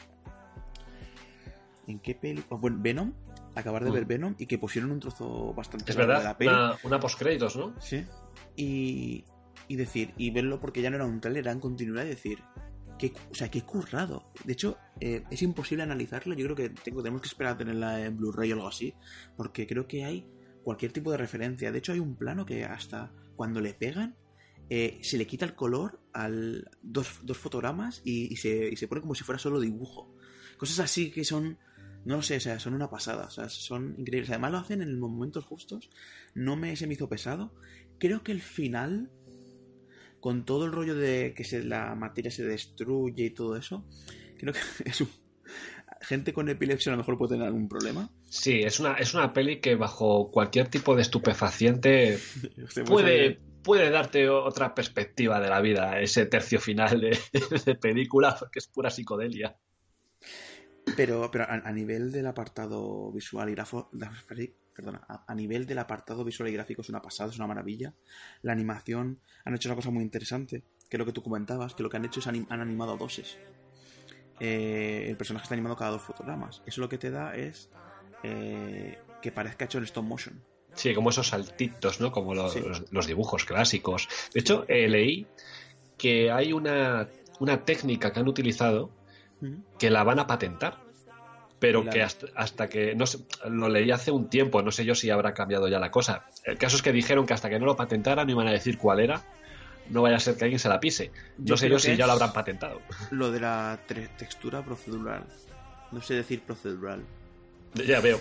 ¿en qué peli? Oh, bueno, Venom. Acabar de mm. ver Venom y que pusieron un trozo bastante es verdad, de la peli. Una, una postcréditos, ¿no? Sí. Y, y decir, y verlo porque ya no era un trailer, era en continuidad y decir, que, o sea, qué currado. De hecho, eh, es imposible analizarlo. Yo creo que tengo, tenemos que esperar a tenerla en Blu-ray o algo así, porque creo que hay cualquier tipo de referencia. De hecho, hay un plano que hasta cuando le pegan eh, se le quita el color a dos, dos fotogramas y, y, se, y se pone como si fuera solo dibujo. Cosas así que son, no lo sé, o sea, son una pasada, o sea, son increíbles. Además lo hacen en los momentos justos. No me, se me hizo pesado. Creo que el final, con todo el rollo de que se, la materia se destruye y todo eso, creo que es un... gente con epilepsia a lo mejor puede tener algún problema. Sí, es una, es una peli que bajo cualquier tipo de estupefaciente puede, puede darte otra perspectiva de la vida, ese tercio final de, de película, que es pura psicodelia. Pero, pero a, a nivel del apartado visual y grafo, perdona, a, a nivel del apartado visual y gráfico es una pasada, es una maravilla. La animación, han hecho una cosa muy interesante, que es lo que tú comentabas, que lo que han hecho es anim, han animado a doses. Eh, el personaje está animado cada dos fotogramas. Eso lo que te da es eh, que parezca hecho en stop motion. Sí, como esos saltitos, ¿no? Como los, sí. los, los dibujos clásicos. De hecho, eh, leí que hay una, una técnica que han utilizado uh-huh. que la van a patentar, pero que hasta, hasta que no sé, lo leí hace un tiempo, no sé yo si habrá cambiado ya la cosa. El caso es que dijeron que hasta que no lo patentaran no iban a decir cuál era. No vaya a ser que alguien se la pise. No yo sé yo si ya lo habrán patentado. Lo de la tre- textura procedural. No sé decir procedural. Ya veo.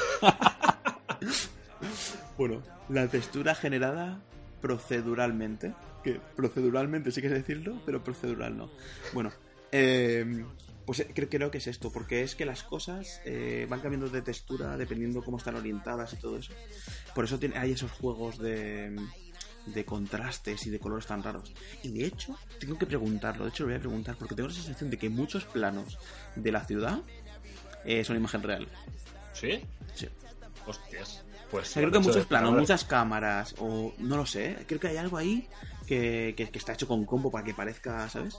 Bueno, la textura generada proceduralmente. Que proceduralmente sí que es decirlo, pero procedural no. Bueno, eh, pues creo, creo que es esto. Porque es que las cosas eh, van cambiando de textura dependiendo cómo están orientadas y todo eso. Por eso tiene, hay esos juegos de... de contrastes y de colores tan raros. Y de hecho, tengo que preguntarlo, de hecho lo voy a preguntar porque tengo la sensación de que muchos planos de la ciudad eh, son imagen real. ¿Sí? Sí. Hostias. Pues o sea, creo que muchos planos, muchas cámaras, o no lo sé, creo que hay algo ahí que, que, que está hecho con compo para que parezca, ¿sabes?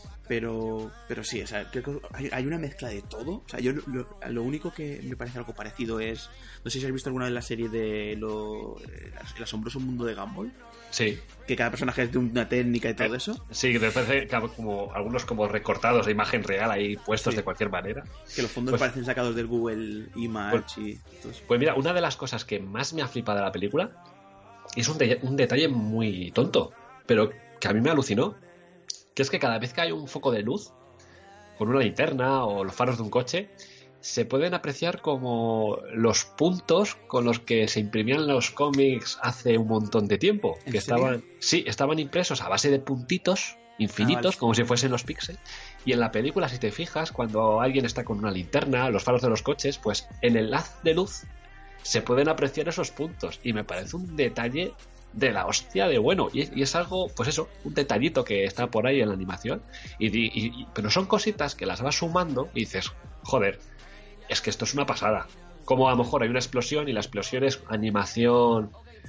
Pero pero sí, o sea, creo que hay, hay una mezcla de todo. O sea, yo lo, lo único que me parece algo parecido es, no sé si has visto alguna vez la serie de lo, El asombroso mundo de Gumball. Sí. Que cada personaje es de una técnica y todo eh, eso. Sí, que te parece como algunos como recortados de imagen real ahí puestos sí. de cualquier manera. Que los fondos pues, parecen sacados del Google Image pues, y todo eso. Pues mira, una de las cosas que más me ha flipado de la película es un, de, un detalle muy tonto, pero que a mí me alucinó. Que es que cada vez que hay un foco de luz con una linterna o los faros de un coche, se pueden apreciar como los puntos con los que se imprimían los cómics hace un montón de tiempo. Que estaban, sí, estaban impresos a base de puntitos infinitos, ah, vale. como si fuesen los píxeles. Y en la película, si te fijas, cuando alguien está con una linterna, los faros de los coches, pues en el haz de luz se pueden apreciar esos puntos. Y me parece un detalle de la hostia de bueno, y, y es algo, pues eso, un detallito que está por ahí en la animación, y, y, y, pero son cositas que las vas sumando y dices, joder, es que esto es una pasada. Como a lo mejor hay una explosión y la explosión es animación,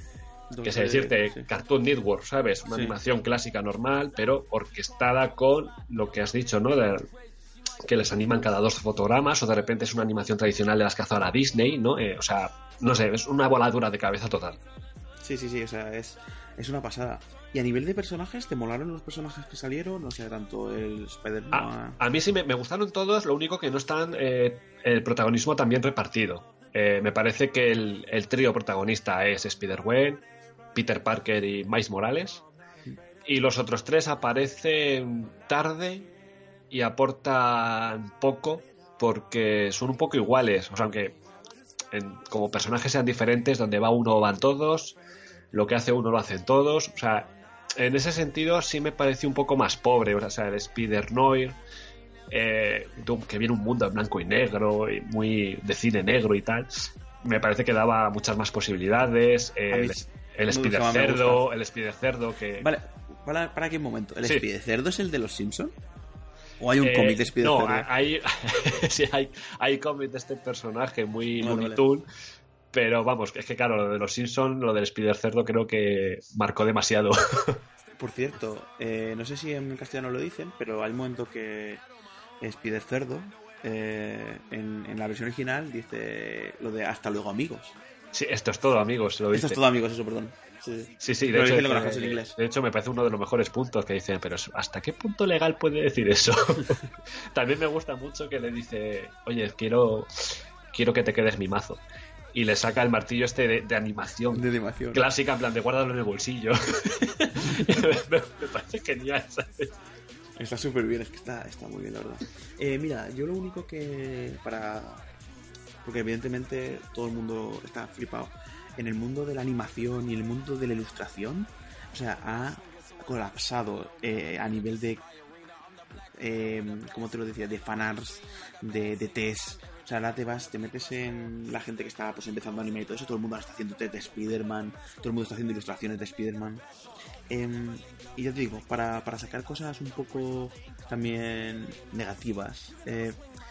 que sé decirte, sí. Cartoon Network, ¿sabes? Una sí. animación clásica normal, pero orquestada con lo que has dicho, ¿no? De, que les animan cada dos fotogramas, o de repente es una animación tradicional de las que hace ahora Disney, ¿no? Eh, o sea, no sé, es una voladura de cabeza total. Sí, sí, sí, o sea, es, es una pasada. Y a nivel de personajes, ¿te molaron los personajes que salieron? O sea, tanto el Spider-Man... A, a mí sí me, me gustaron todos, lo único que no están eh, el protagonismo también repartido. Eh, me parece que el, el trío protagonista es Spider-Gwen, Peter Parker y Miles Morales. Y los otros tres aparecen tarde y aportan poco porque son un poco iguales. O sea, aunque en, como personajes sean diferentes, donde va uno van todos, lo que hace uno lo hacen todos. O sea, en ese sentido sí me pareció un poco más pobre. O sea, el Spider-Noir, eh, que viene un mundo en blanco y negro, y muy de cine negro y tal, me parece que daba muchas más posibilidades. Eh, el el Spider-Cerdo, el Spider-Cerdo que... Vale, para, para aquí un momento. ¿El sí. Spider-Cerdo es el de los Simpsons? ¿O hay un eh, cómic de Spider-Cerdo? No, hay, sí, hay, hay cómic de este personaje muy vale, Looney Tunes, vale. Pero vamos, es que claro, lo de los Simpsons, lo del Spider-Cerdo creo que marcó demasiado. Por cierto, eh, no sé si en castellano lo dicen, pero hay un momento que Spider-Cerdo, eh, en, en la versión original, dice lo de hasta luego amigos. Sí, esto es todo, amigos. Lo esto es todo, amigos, eso, perdón. Sí, sí, sí de, hecho, que, en inglés. de hecho me parece uno de los mejores puntos que dicen, pero ¿hasta qué punto legal puede decir eso? También me gusta mucho que le dice, oye, quiero, quiero que te quedes mi mazo. Y le saca el martillo este de, de animación. De animación. Clásica, en plan de guárdalo en el bolsillo. me, me parece genial, ¿sabes? Está súper bien, es que está, está muy bien, la verdad. Eh, mira, yo lo único que para... Porque evidentemente todo el mundo está flipado. En el mundo de la animación y el mundo de la ilustración, o sea, ha colapsado eh, a nivel de... Eh, ¿Cómo te lo decía? De fanarts, de, de test. O sea, ahora te vas, te metes en la gente que está pues empezando a animar y todo eso. Todo el mundo está haciendo test de Spider-Man. Todo el mundo está haciendo ilustraciones de Spider-Man. Eh, y ya te digo, para, para sacar cosas un poco también negativas... Eh,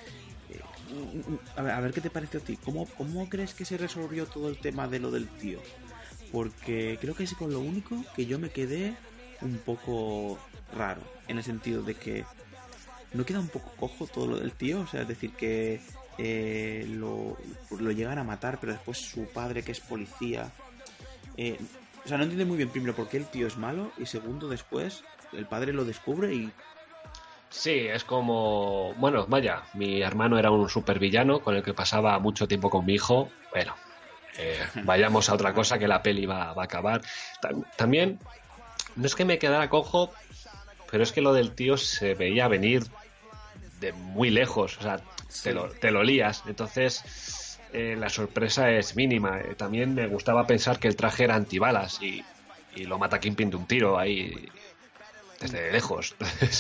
A ver, a ver qué te parece a ti. ¿Cómo, ¿Cómo crees que se resolvió todo el tema de lo del tío? Porque creo que es con lo único que yo me quedé un poco raro. En el sentido de que no queda un poco cojo todo lo del tío. O sea, es decir, que eh, lo, lo llegan a matar, pero después su padre, que es policía... Eh, o sea, no entiende muy bien, primero, por qué el tío es malo. Y segundo, después, el padre lo descubre y... Sí, es como... Bueno, vaya, mi hermano era un supervillano con el que pasaba mucho tiempo con mi hijo. Bueno, eh, vayamos a otra cosa que la peli va, va a acabar. También, no es que me quedara cojo, pero es que lo del tío se veía venir de muy lejos. O sea, sí. te, lo, te lo lías. Entonces, eh, la sorpresa es mínima. Eh, también me gustaba pensar que el traje era antibalas y, y lo mata Kingpin de un tiro ahí... desde lejos.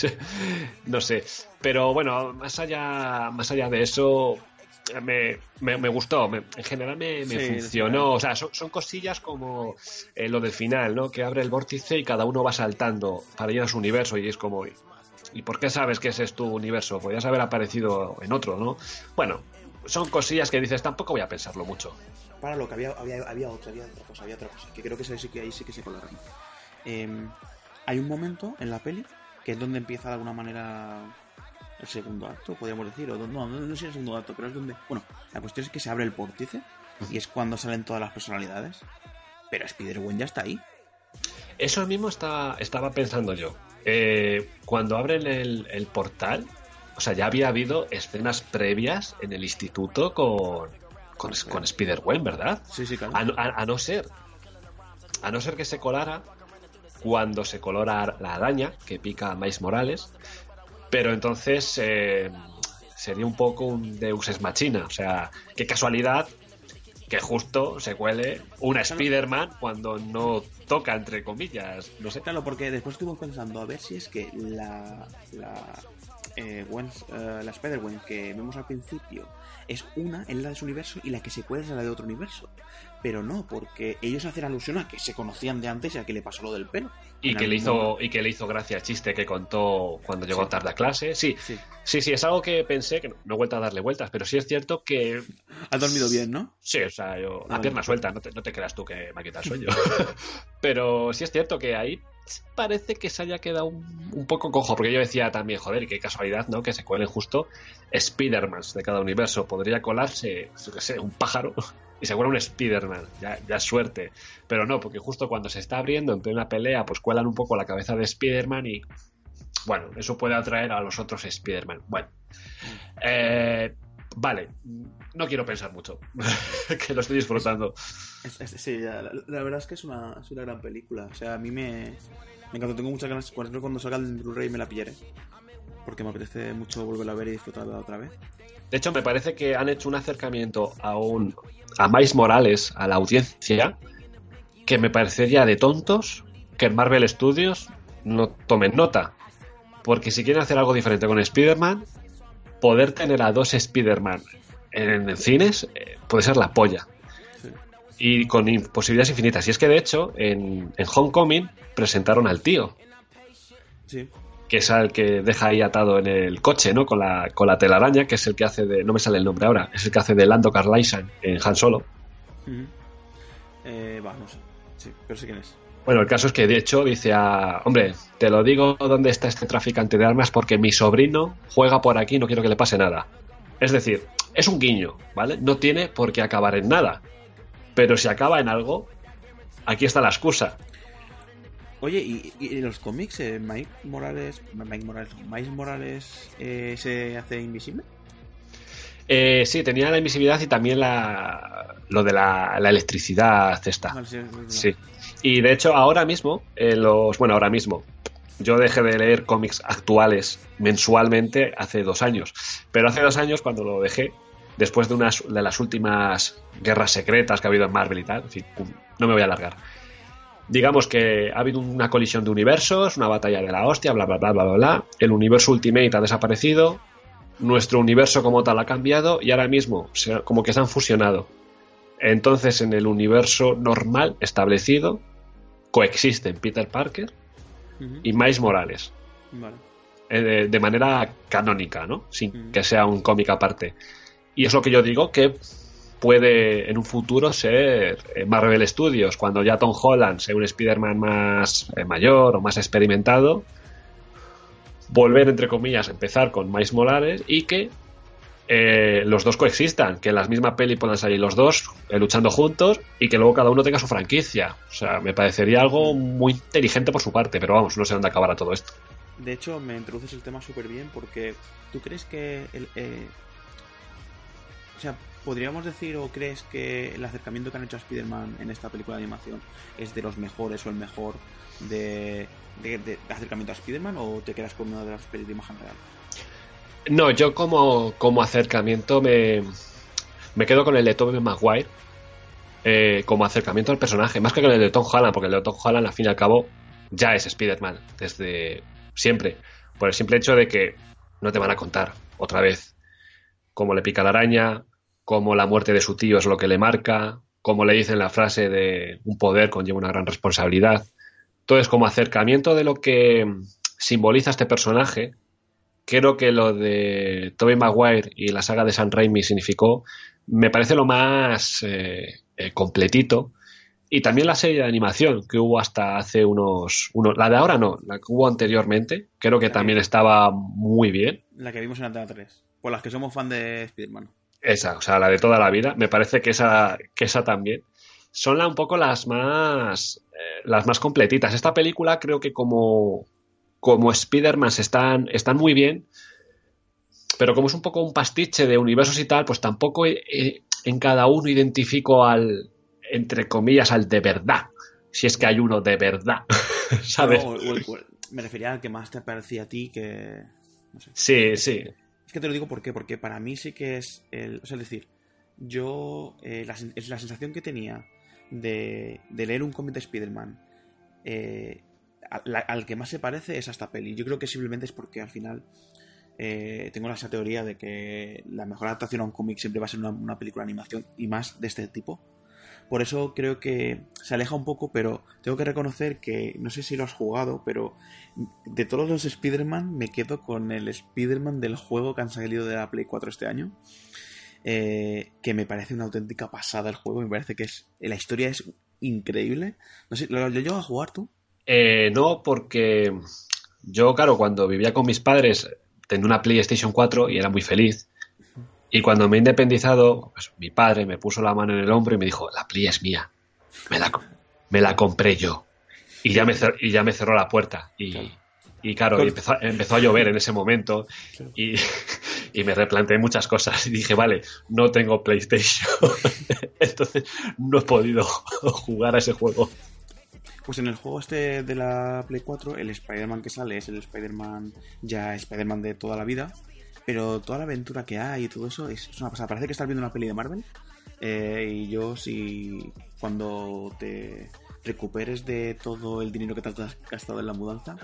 No sé, pero bueno, más allá más allá de eso me, me, me gustó, me, en general me, me sí, funcionó, o sea, son, son cosillas como eh, lo del final, ¿no? Que abre el vórtice y cada uno va saltando para ir a su universo y es como, ¿y por qué sabes que ese es tu universo? Podrías haber aparecido en otro, ¿no? Bueno, son cosillas que dices, tampoco voy a pensarlo mucho. Para lo que había había, había otra, había otra cosa, había otra cosa, que creo que, sí, que ahí sí que se colaron. Eh, Hay un momento en la peli que es donde empieza de alguna manera el segundo acto, podríamos decir, o no, no, no sé el segundo acto, pero es donde... Bueno, la cuestión es que se abre el vórtice y es cuando salen todas las personalidades, pero Spider-Gwen ya está ahí. Eso mismo está, estaba pensando yo. Eh, cuando abren el, el portal, o sea, ya había habido escenas previas en el instituto con, con, con Spider-Gwen, ¿verdad? Sí, sí, claro. A, a, a no ser, a no ser que se colara cuando se colora la araña que pica a Miles Morales, pero entonces eh, sería un poco un Deus Ex Machina, o sea, qué casualidad que justo se cuele una Spider-Man cuando no toca, entre comillas, no sé. Claro, porque después estuve pensando a ver si es que la la, eh, Gwen, uh, la Spider-Gwen que vemos al principio es una, es la de su universo, y la que se cuela es la de otro universo. Pero no, porque ellos hacen alusión a que se conocían de antes y a que le pasó lo del pelo. Y que, le hizo, y que le hizo gracia el chiste que contó cuando llegó sí. tarde a clase. Sí, sí, sí, sí, es algo que pensé, que no, no he vuelto a darle vueltas, pero sí es cierto que... Has dormido bien, ¿no? Sí, o sea, yo... La pierna suelta, no te, no te creas tú que me ha quitado el sueño. Pero sí es cierto que ahí parece que se haya quedado un, un poco cojo, porque yo decía también, joder, y qué casualidad, ¿no? Que se cuelen justo Spider-Man de cada universo. Podría colarse, yo qué sé, un pájaro y se cuela un Spider-Man, ya, ya es suerte. Pero no, porque justo cuando se está abriendo en plena pelea, pues cuelan un poco la cabeza de Spider-Man y, bueno, eso puede atraer a los otros Spider-Man. Bueno, eh, vale, no quiero pensar mucho, que lo estoy disfrutando. Es, es, sí, la, la verdad es que es una, es una gran película. O sea, a mí me, me encantó. Tengo muchas ganas. Cuando, cuando salga el Blu-ray me la pillaré, porque me apetece mucho volverla a ver y disfrutarla otra vez. De hecho, me parece que han hecho un acercamiento a un a Miles Morales, a la audiencia, que me parecería de tontos que en Marvel Studios no tomen nota. Porque si quieren hacer algo diferente con Spider-Man, poder tener a dos Spider-Man en, en cines eh, puede ser la polla. Sí. Y con posibilidades infinitas. Y es que, de hecho, en, en Homecoming presentaron al tío. Sí. Que es el que deja ahí atado en el coche, ¿no? Con la, con la telaraña, que es el que hace de... No me sale el nombre ahora. Es el que hace de Lando Calrissian en Han Solo. Uh-huh. Eh, va, no sé. Sí, pero sé quién es. Bueno, el caso es que, de hecho, dice a... Hombre, te lo digo dónde está este traficante de armas porque mi sobrino juega por aquí y no quiero que le pase nada. Es decir, es un guiño, ¿vale? No tiene por qué acabar en nada. Pero si acaba en algo, aquí está la excusa. Oye, ¿y, y en los cómics eh, Mike Morales, Mike Morales, Miles Morales eh, se hace invisible? Eh, sí, tenía la invisibilidad y también la lo de la, la electricidad esta. Vale, sí, sí. Y de hecho ahora mismo, eh, los bueno, ahora mismo, yo dejé de leer cómics actuales mensualmente hace dos años. Pero hace dos años cuando lo dejé, después de unas de las últimas guerras secretas que ha habido en Marvel y tal, en fin, no me voy a alargar. Digamos que ha habido una colisión de universos, una batalla de la hostia, bla bla bla bla bla bla. El universo Ultimate ha desaparecido, nuestro universo como tal ha cambiado y ahora mismo se, como que se han fusionado. Entonces en el universo normal establecido coexisten Peter Parker uh-huh. y Miles Morales. Vale. Eh, de, de manera canónica, ¿no? Sin uh-huh. que sea un cómic aparte. Y es lo que yo digo que puede en un futuro ser Marvel Studios, cuando ya Tom Holland sea un Spider-Man más eh, mayor o más experimentado, volver, entre comillas, a empezar con Miles Morales y que eh, los dos coexistan, que en la misma peli puedan salir los dos eh, luchando juntos y que luego cada uno tenga su franquicia. O sea, me parecería algo muy inteligente por su parte, pero vamos, no sé dónde acabará todo esto. De hecho, me introduces el tema súper bien porque ¿tú crees que el... Eh... O sea, ¿podríamos decir o crees que el acercamiento que han hecho a Spider-Man en esta película de animación es de los mejores o el mejor de, de, de acercamiento a Spider-Man o te quedas con una de las pelis de imagen real? No, yo como, como acercamiento me, me quedo con el de Tobey Maguire eh, como acercamiento al personaje, más que con el de Tom Holland, porque el de Tom Holland al fin y al cabo ya es Spider-Man desde siempre, por el simple hecho de que no te van a contar otra vez cómo le pica la araña, cómo la muerte de su tío es lo que le marca, cómo le dicen la frase de un poder conlleva una gran responsabilidad. Entonces, como acercamiento de lo que simboliza este personaje, creo que lo de Tobey Maguire y la saga de Sam Raimi significó, me parece lo más eh, eh, completito. Y también la serie de animación que hubo hasta hace unos, unos... La de ahora no, la que hubo anteriormente, creo que también estaba muy bien. La que vimos en Antena tres, por las que somos fan de Spider-Man. Esa, o sea, la de toda la vida. Me parece que esa, que esa también. Son la, un poco las más eh, las más completitas. Esta película creo que como, como Spider-Man están, están muy bien, pero como es un poco un pastiche de universos y tal, pues tampoco eh, en cada uno identifico al, entre comillas, al de verdad. Si es que hay uno de verdad, ¿sabes? No, o, o, o, me refería al que más te parecía a ti que... No sé. Sí, sí. Es que te lo digo por qué, porque para mí sí que es el, o sea, es decir, yo eh, la, la sensación que tenía de, de leer un cómic de Spider-Man eh, al, al que más se parece es a esta peli. Yo creo que simplemente es porque al final eh, tengo esa teoría de que la mejor adaptación a un cómic siempre va a ser una, una película de animación y más de este tipo. Por eso creo que se aleja un poco, pero tengo que reconocer que, no sé si lo has jugado, pero de todos los Spider-Man me quedo con el Spider-Man del juego que han salido de la Play cuatro este año, eh, que me parece una auténtica pasada el juego, me parece que es la historia es increíble. No sé, ¿lo, lo llevas a jugar tú? Eh, no, porque yo, claro, cuando vivía con mis padres tenía una PlayStation cuatro y era muy feliz. Y cuando me he independizado, pues mi padre me puso la mano en el hombro y me dijo, la Play es mía, me la, me la compré yo. Y ya me, cer- y ya me cerró la puerta. Y claro, y, claro, y empezó, empezó a llover en ese momento y, y me replanteé muchas cosas. Y dije, vale, no tengo PlayStation. Entonces no he podido jugar a ese juego. Pues en el juego este de la Play cuatro, el Spider-Man que sale es el Spider-Man, ya Spider-Man de toda la vida. Pero toda la aventura que hay y todo eso es, es una pasada. Parece que estás viendo una peli de Marvel. Eh, y yo, si cuando te recuperes de todo el dinero que te has gastado en la mudanza,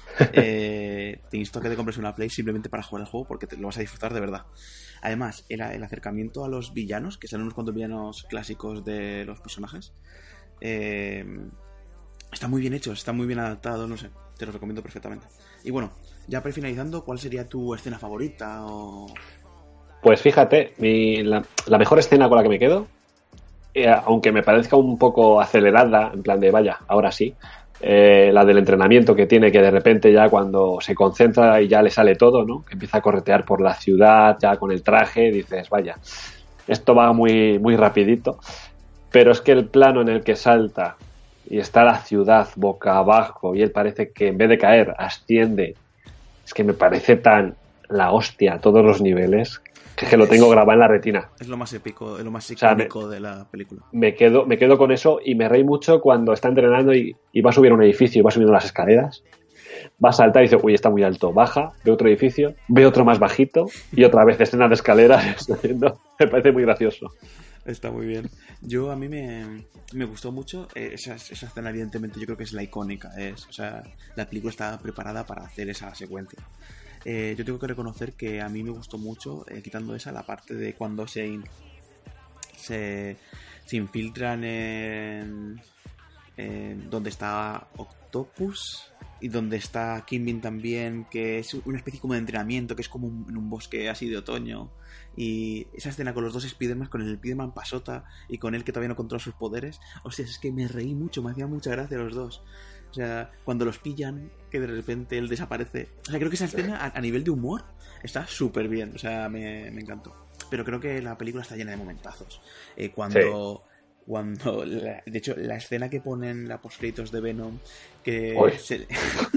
eh, te insto a que te compres una Play simplemente para jugar el juego, porque te lo vas a disfrutar de verdad. Además, el, el acercamiento a los villanos, que son unos cuantos villanos clásicos de los personajes, eh, está muy bien hecho, está muy bien adaptado, no sé, te lo recomiendo perfectamente. Y bueno, ya para finalizando, ¿cuál sería tu escena favorita? O... Pues fíjate, mi, la, la mejor escena con la que me quedo, eh, aunque me parezca un poco acelerada, en plan de vaya, ahora sí, eh, la del entrenamiento que tiene, que de repente ya cuando se concentra y ya le sale todo, ¿no? Que empieza a corretear por la ciudad ya con el traje, dices, vaya, esto va muy, muy rapidito. Pero es que el plano en el que salta y está la ciudad boca abajo y él parece que en vez de caer asciende, es que me parece tan la hostia a todos los niveles que, es que lo tengo grabado en la retina. Es lo más épico, es lo más icónico, o sea, me, de la película. Me quedo, me quedo con eso y me reí mucho cuando está entrenando y, y va a subir a un edificio y va subiendo las escaleras. Va a saltar y dice, uy, está muy alto. Baja, ve otro edificio, ve otro más bajito y otra vez escena de escaleras. No, me parece muy gracioso. Está muy bien. Yo, a mí me, me gustó mucho eh, esa, esa escena, evidentemente, yo creo que es la icónica. Es, o sea, la película está preparada para hacer esa secuencia. Eh, yo tengo que reconocer que a mí me gustó mucho, eh, quitando esa, la parte de cuando se, se, se infiltran en, en donde está Octopus y donde está Kingpin también, que es una especie como de entrenamiento, que es como un, en un bosque así de otoño. Y esa escena con los dos Spider-Man, con el Spider-Man pasota y con él que todavía no controla sus poderes, o sea, es que me reí mucho, me hacía mucha gracia los dos. O sea, cuando los pillan, que de repente él desaparece. O sea, creo que esa escena a, a nivel de humor está súper bien, o sea, me, me encantó. Pero creo que la película está llena de momentazos. Eh, cuando... Sí. Cuando, la, de hecho, la escena que ponen la postcréditos de Venom, que se...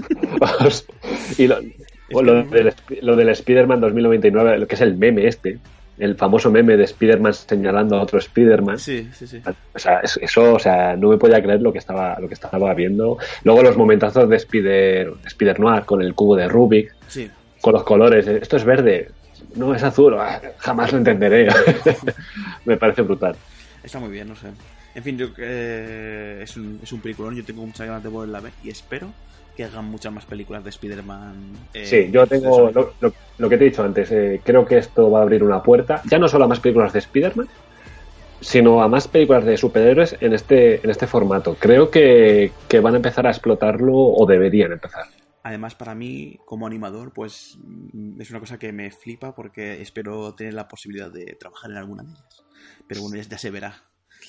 y lo, o lo, del, lo del Spider-Man dos mil noventa y nueve, lo que es el meme este, el famoso meme de Spider-Man señalando a otro Spider-Man. Sí, sí, sí. O sea, eso, o sea, no me podía creer lo que estaba, lo que estaba viendo. Luego los momentazos de Spider, Spider-Noir con el cubo de Rubik, sí, con los colores. Esto es verde, no es azul, jamás lo entenderé. Me parece brutal. Está muy bien, no sé. En fin, yo eh, es un, es un peliculón. Yo tengo muchas ganas de volverla a ver y espero que hagan muchas más películas de Spider-Man. Eh, sí, yo tengo lo, lo, lo que te he dicho antes. Eh, creo que esto va a abrir una puerta, ya no solo a más películas de Spider-Man, sino a más películas de superhéroes en este en este formato. Creo que, que van a empezar a explotarlo, o deberían empezar. Además, para mí, como animador, pues es una cosa que me flipa porque espero tener la posibilidad de trabajar en alguna de ellas. Pero bueno, ya, ya se verá.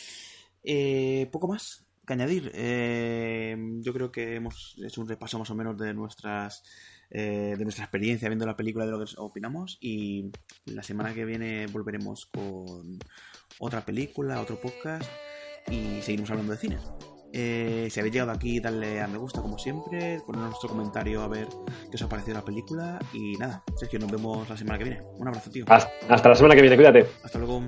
Eh, poco más que añadir. Eh, yo creo que hemos hecho un repaso más o menos de nuestras eh, de nuestra experiencia viendo la película, de lo que opinamos. Y la semana que viene volveremos con otra película, otro podcast y seguiremos hablando de cine. Eh, si habéis llegado aquí, dadle a me gusta como siempre, poned nuestro comentario a ver qué os ha parecido la película. Y nada, Sergio, nos vemos la semana que viene. Un abrazo, tío. Hasta, hasta la semana que viene, cuídate. Hasta luego.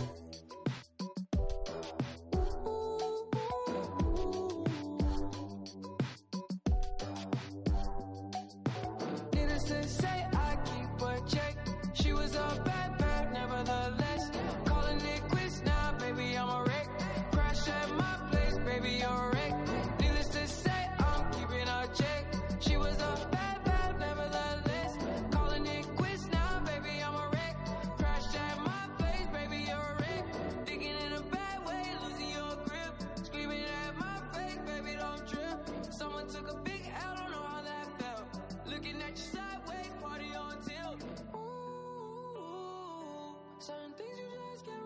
Certain things you just can't